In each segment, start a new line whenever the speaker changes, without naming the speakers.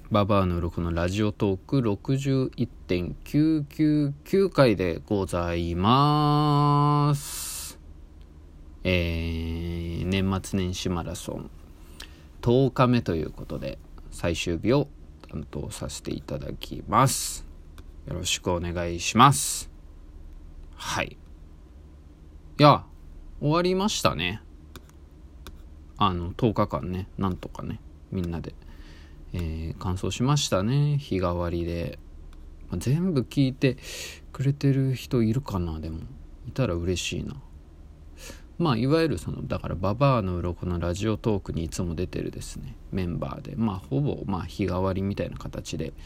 ババアの鱗のラジオトーク 61.999 回でございます。年末年始マラソン10日目ということで最終日を担当させていただきます。よろしくお願いします。はい。いや、終わりましたね。10日間ね、なんとかね、みんなで完走しましたね。日替わりで、全部聞いてくれてる人いるかな。でもいたら嬉しいな。いわゆるだからババアの鱗のラジオトークにいつも出てるですねメンバーで、ほぼ日替わりみたいな形で、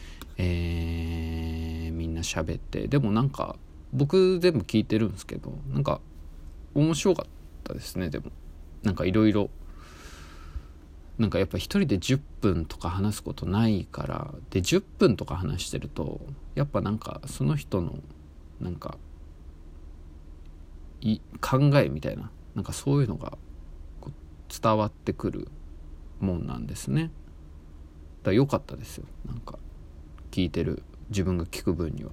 みんな喋って、でもなんか僕全部聞いてるんですけど、なんか面白かったですね。でもなんかいろいろなんかやっぱ一人で10分とか話すことないから、で10分とか話してるとやっぱなんかその人のなんか考えみたいな、なんかそういうのがこう伝わってくるもんなんですね。だから良かったですよ。なんか聞いてる自分が聞く分には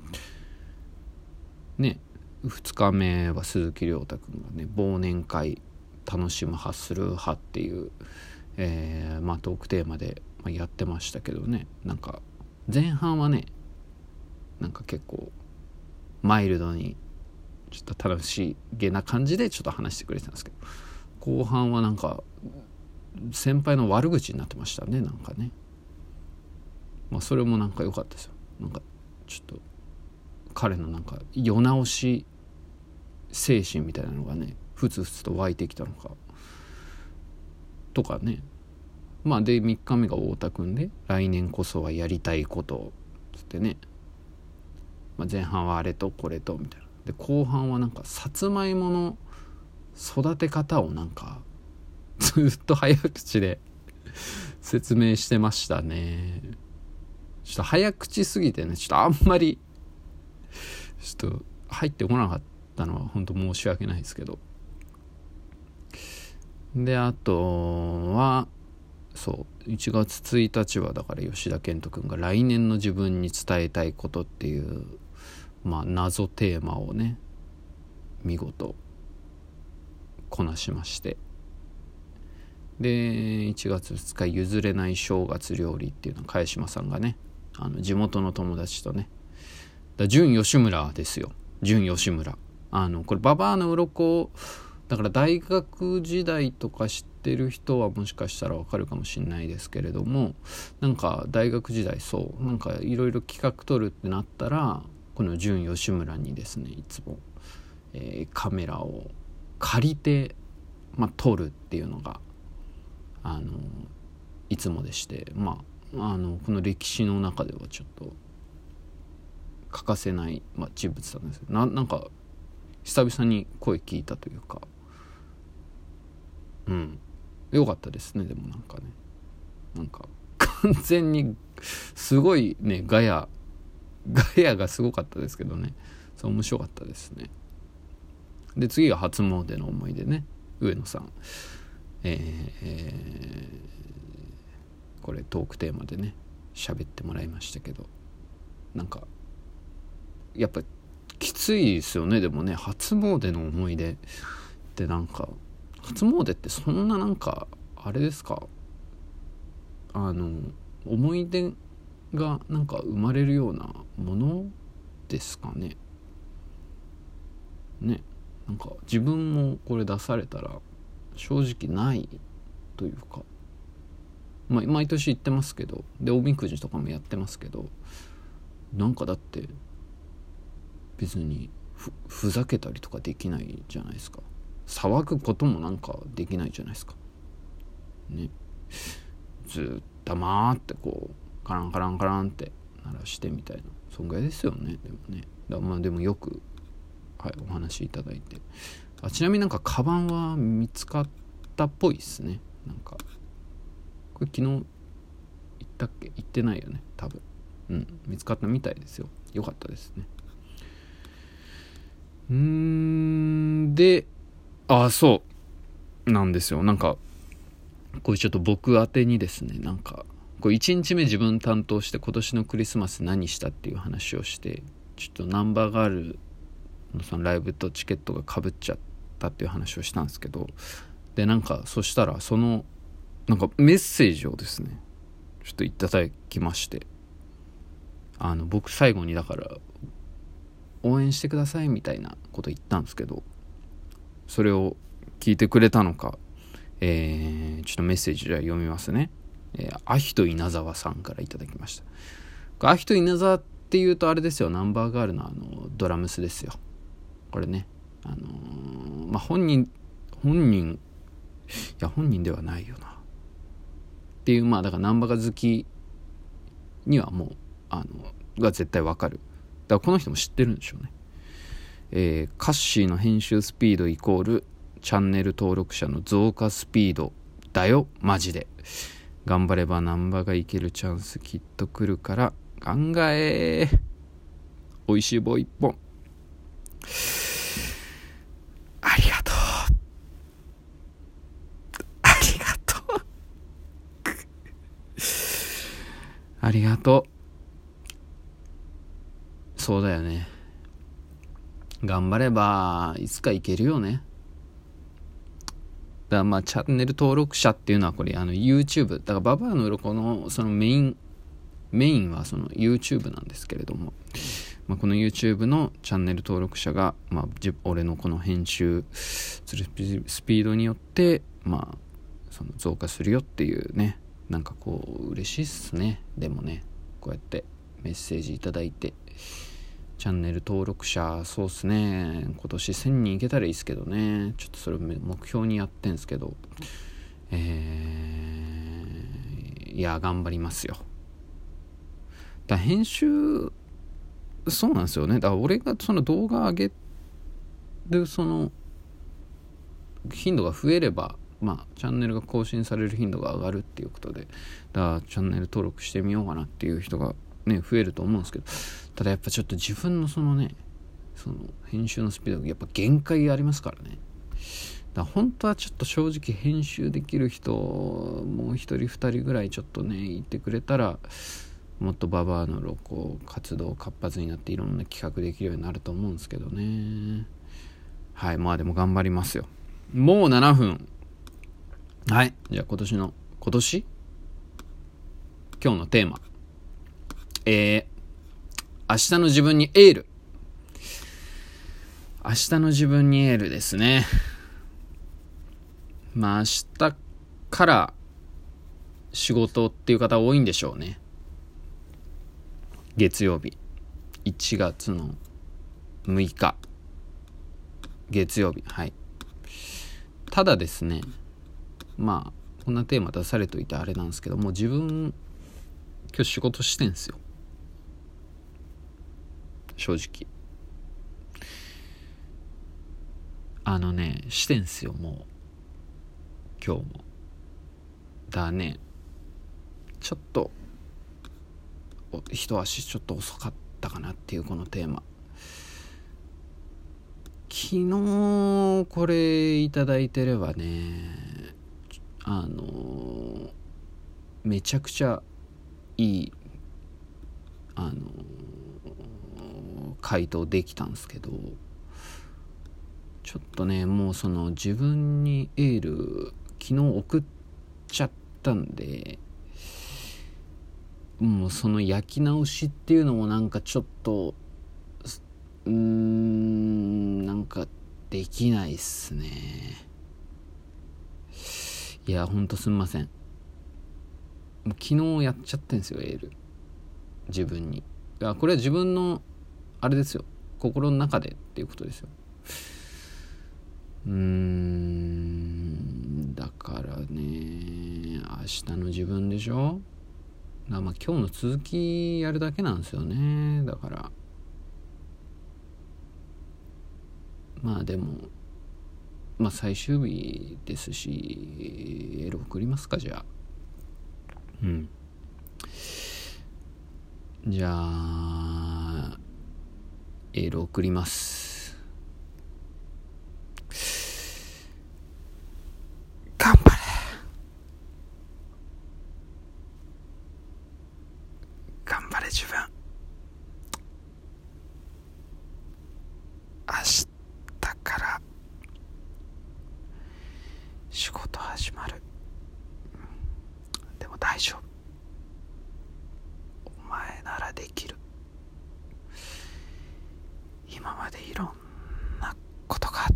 ね。2日目は鈴木亮太くんがね、忘年会楽しむハッスル派っていうトークテーマでやってましたけどね、なんか前半はねなんか結構マイルドにちょっと楽しげな感じでちょっと話してくれてたんですけど、後半はなんか先輩の悪口になってましたね。なんかね、それもなんか良かったですよ。なんかちょっと彼のなんか世直し精神みたいなのがね、ふつふつと湧いてきたのかとかね。で3日目が太田くんで、来年こそはやりたいことをつってね、前半はあれとこれとみたいなで、後半はなんかさつまいもの育て方をなんかずっと早口で説明してましたね。ちょっと早口すぎてね、ちょっとあんまりちょっと入ってこなかったのは本当申し訳ないですけど、であとはそう1月1日はだから吉田健人くんが来年の自分に伝えたいことっていう謎テーマをね見事こなしまして、で1月2日譲れない正月料理っていうのを茅島さんがね、地元の友達とね、純吉村ですよ。純吉村、これババアの鱗だから大学時代とか知ってる人はもしかしたらわかるかもしれないですけれども、なんか大学時代なんかいろいろ企画撮るってなったら、この純吉村にですねいつも、カメラを借りて、撮るっていうのがいつもでして、この歴史の中ではちょっと欠かせない、人物なんですよ。なんか久々に声聞いたというか、良かったですね。でもなんか完全にすごいね、ガヤがすごかったですけどね、面白かったですね。で次が初詣の思い出ね、上野さん、これトークテーマでね喋ってもらいましたけど、なんかやっぱきついですよね。でもね、初詣の思い出ってなんか、初詣ってそんななんかあれですか、思い出がなんか生まれるようなものですかね。なんか自分もこれ出されたら正直ないというか、毎年行ってますけど、でおみくじとかもやってますけど、なんかだって別にふざけたりとかできないじゃないですか。騒ぐこともなんかできないじゃないですかね。ずっと黙ってこうカランカランカランって鳴らしてみたいな、そんぐらいですよね。でもね、でもよく、お話いただいて、ちなみになんかカバンは見つかったっぽいですね。なんかこれ昨日行ったっけ、行ってないよね多分。見つかったみたいですよ。よかったですね。でそうなんですよ。なんかこれちょっと僕宛てにですね、なんかこう1日目自分担当して今年のクリスマス何したっていう話をして、ちょっとナンバーガールのそのライブとチケットが被っちゃったっていう話をしたんですけど、でなんかそしたらそのなんかメッセージをですねちょっといただきまして、僕最後にだから応援してくださいみたいなこと言ったんですけど、それを聞いてくれたのか、ちょっとメッセージじゃ読みますね。アヒト稲沢さんからいただきました。アヒト稲沢っていうとあれですよ、ナンバーガールのドラムスですよこれね。本人いや本人ではないよなっていう、だからナンバーガ好きにはもうが絶対わかる。だからこの人も知ってるんでしょうね。カッシーの編集スピードイコールチャンネル登録者の増加スピードだよマジで。頑張ればナンバーがいけるチャンスきっと来るから考え。おいしい棒一本。ありがとうありがとうありがとう。そうだよね、頑張ればいつかいけるよね。だからチャンネル登録者っていうのはこれYouTube だからババアの鱗のそのメインはその YouTube なんですけれども、この YouTube のチャンネル登録者が、俺のこの編集するスピードによってその増加するよっていうね、なんかこう嬉しいっすね。でもね、こうやってメッセージいただいて、チャンネル登録者そうっすね、今年1000人いけたらいいっすけどね、ちょっとそれを目標にやってんすけど、いや頑張りますよ。だ編集そうなんですよね。だから俺がその動画上げるその頻度が増えればチャンネルが更新される頻度が上がるっていうことで、だからチャンネル登録してみようかなっていう人がね増えると思うんですけど、ただやっぱちょっと自分のその編集のスピードがやっぱ限界ありますからね。だから本当はちょっと正直編集できる人もう一人二人ぐらいちょっとねいてくれたら、もっとババアの録活動活発になっていろんな企画できるようになると思うんですけどね。はい、でも頑張りますよ。もう7分。はい、じゃあ今年今日のテーマ、明日の自分にエール。明日の自分にエールですね。明日から仕事っていう方多いんでしょうね。月曜日1月の6日月曜日。はい。ただですね、こんなテーマ出されといてあれなんですけども、自分今日仕事してんすよ正直。してんすよもう今日も。だね、ちょっと一足ちょっと遅かったかなっていうこのテーマ。昨日これいただいてればね、めちゃくちゃいい回答できたんですけど、ちょっとねもうその自分にエール昨日送っちゃったんで、もうその焼き直しっていうのもなんかちょっとなんかできないっすね。いやほんとすんません。もう昨日やっちゃってんすよエール自分に。いやこれは自分のあれですよ、心の中でっていうことですよ。だからね、明日の自分でしょ。今日の続きやるだけなんですよね。だからでも最終日ですしエール送りますか。じゃあじゃあエール送ります。頑張れ。 自分、明日から仕事始まる。でも大丈夫、お前ならできる。今までいろんなことがあった。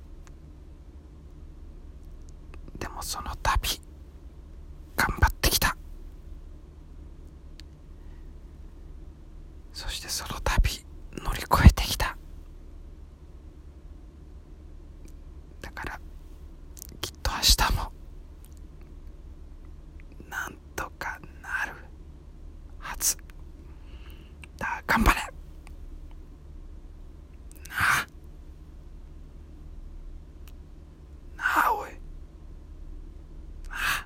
でもその度頑張ってきた。そしてその度乗り越えてきた。だからきっと明日もなんとかなるはずだ。頑張れなあ、なあ、おいなあ。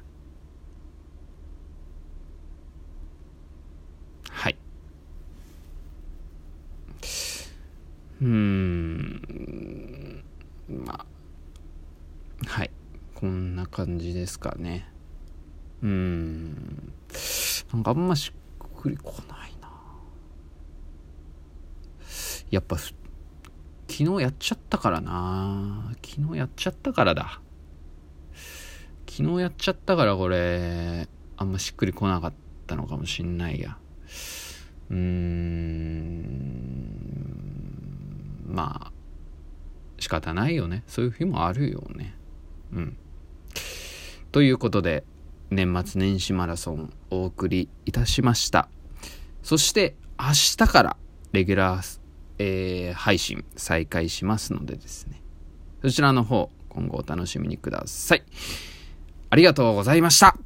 はい、まあはい、こんな感じですかね。なんかあんましっくりこないな。やっぱ昨日やっちゃったからな。昨日やっちゃったからだ。昨日やっちゃったからこれあんましっくりこなかったのかもしんないや。まあ仕方ないよね。そういう日もあるよね。ということで年末年始マラソンお送りいたしました。そして明日からレギュラー、配信再開しますのでですね、そちらの方今後お楽しみにください。ありがとうございました。